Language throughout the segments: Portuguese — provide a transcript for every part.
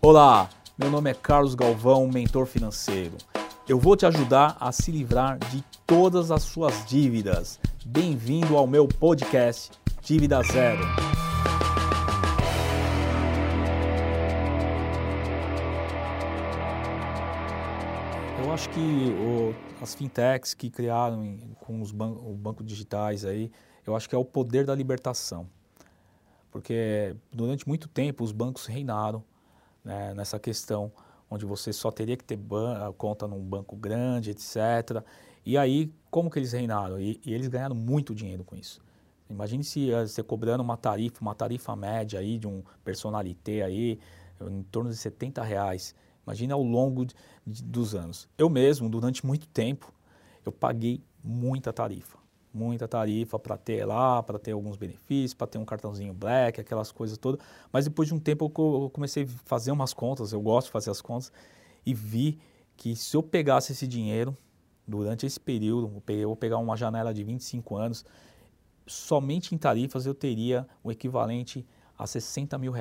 Olá, meu nome é Carlos Galvão, mentor financeiro. Eu vou te ajudar a se livrar de todas as suas dívidas. Bem-vindo ao meu podcast Dívida Zero. Eu acho que as fintechs que criaram com os bancos digitais aí, eu acho que é o poder da libertação. Porque durante muito tempo os bancos reinaram, né, nessa questão onde você só teria que ter conta num banco grande, etc. E aí, como que eles reinaram? E eles ganharam muito dinheiro com isso. Imagine se você cobrando uma tarifa média aí de um personalité aí, em torno de R$70. Imagina ao longo dos anos. Eu mesmo, durante muito tempo, eu paguei muita tarifa para ter lá, para ter alguns benefícios, para ter um cartãozinho black, aquelas coisas todas. Mas depois de um tempo eu comecei a fazer umas contas, eu gosto de fazer as contas, e vi que se eu pegasse esse dinheiro, durante esse período, eu vou pegar uma janela de 25 anos, somente em tarifas eu teria o equivalente a R$60 mil.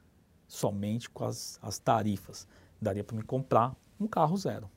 Somente com as tarifas. Daria para me comprar um carro zero.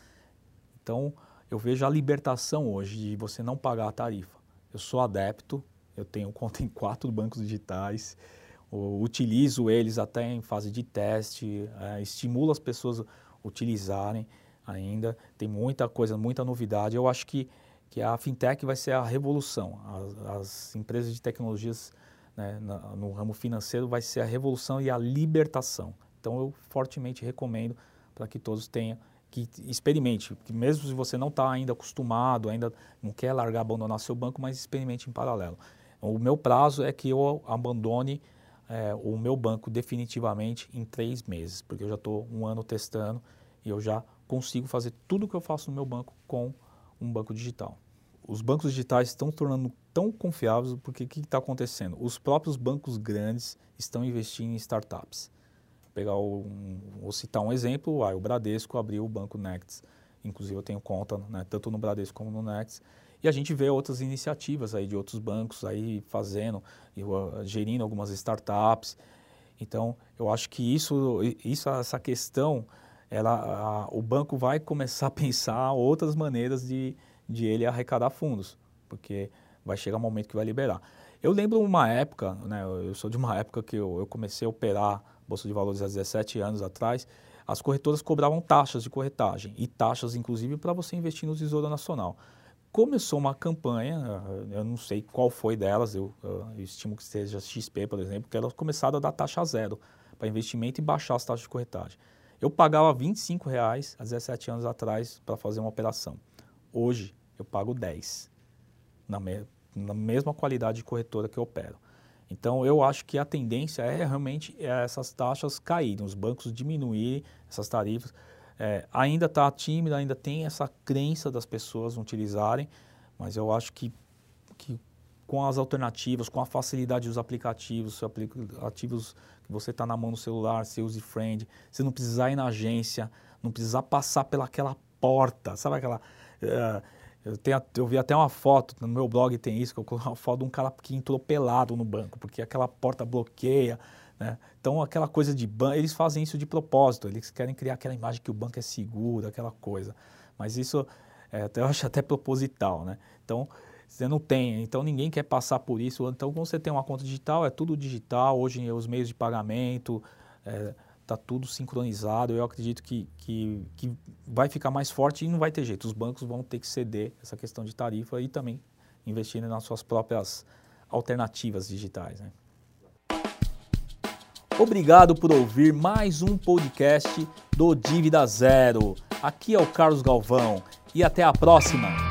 Então, eu vejo a libertação hoje de você não pagar a tarifa. Eu sou adepto, eu tenho conta em 4 bancos digitais, utilizo eles até em fase de teste, estimulo as pessoas a utilizarem ainda. Tem muita coisa, muita novidade. Eu acho que a fintech vai ser a revolução. As empresas de tecnologias, né, no ramo financeiro vai ser a revolução e a libertação. Então eu fortemente recomendo para que todos tenham, que experimente, que mesmo se você não está ainda acostumado, ainda não quer largar, abandonar seu banco, mas experimente em paralelo. O meu prazo é que eu abandone o meu banco definitivamente em 3 meses, porque eu já estou 1 ano testando e eu já consigo fazer tudo o que eu faço no meu banco com um banco digital. Os bancos digitais estão se tornando tão confiáveis porque o que está acontecendo? Os próprios bancos grandes estão investindo em startups. Vou citar um exemplo, o Bradesco abriu o Banco Next, inclusive eu tenho conta, né, tanto no Bradesco como no Next, e a gente vê outras iniciativas aí de outros bancos aí fazendo, gerindo algumas startups. Então, eu acho que essa questão, o banco vai começar a pensar outras maneiras de ele arrecadar fundos, porque vai chegar um momento que vai liberar. Eu lembro uma época, né, eu sou de uma época que eu comecei a operar Bolsa de Valores há 17 anos atrás, as corretoras cobravam taxas de corretagem e taxas, inclusive, para você investir no Tesouro Nacional. Começou uma campanha, eu não sei qual foi delas, eu estimo que seja XP, por exemplo, que elas começaram a dar taxa zero para investimento e baixar as taxas de corretagem. Eu pagava R$25 há 17 anos atrás para fazer uma operação. Hoje, eu pago 10 na mesma qualidade de corretora que eu opero. Então, eu acho que a tendência é realmente essas taxas caírem, os bancos diminuírem essas tarifas. Ainda está tímido, ainda tem essa crença das pessoas não utilizarem, mas eu acho que com as alternativas, com a facilidade dos aplicativos que você está na mão no celular, ser user-friendly, você não precisar ir na agência, não precisar passar pelaquela porta, sabe aquela... Eu vi até uma foto, no meu blog tem isso, que eu coloquei uma foto de um cara que entrou pelado no banco, porque aquela porta bloqueia, né? Então, aquela coisa de banco, eles fazem isso de propósito, eles querem criar aquela imagem que o banco é seguro, aquela coisa. Mas isso, eu acho até proposital, né? Então, você não tem, então ninguém quer passar por isso. Então, quando você tem uma conta digital, é tudo digital, hoje os meios de pagamento... Está tudo sincronizado, eu acredito que vai ficar mais forte e não vai ter jeito. Os bancos vão ter que ceder essa questão de tarifa e também investir nas suas próprias alternativas digitais, né? Obrigado por ouvir mais um podcast do Dívida Zero. Aqui é o Carlos Galvão e até a próxima!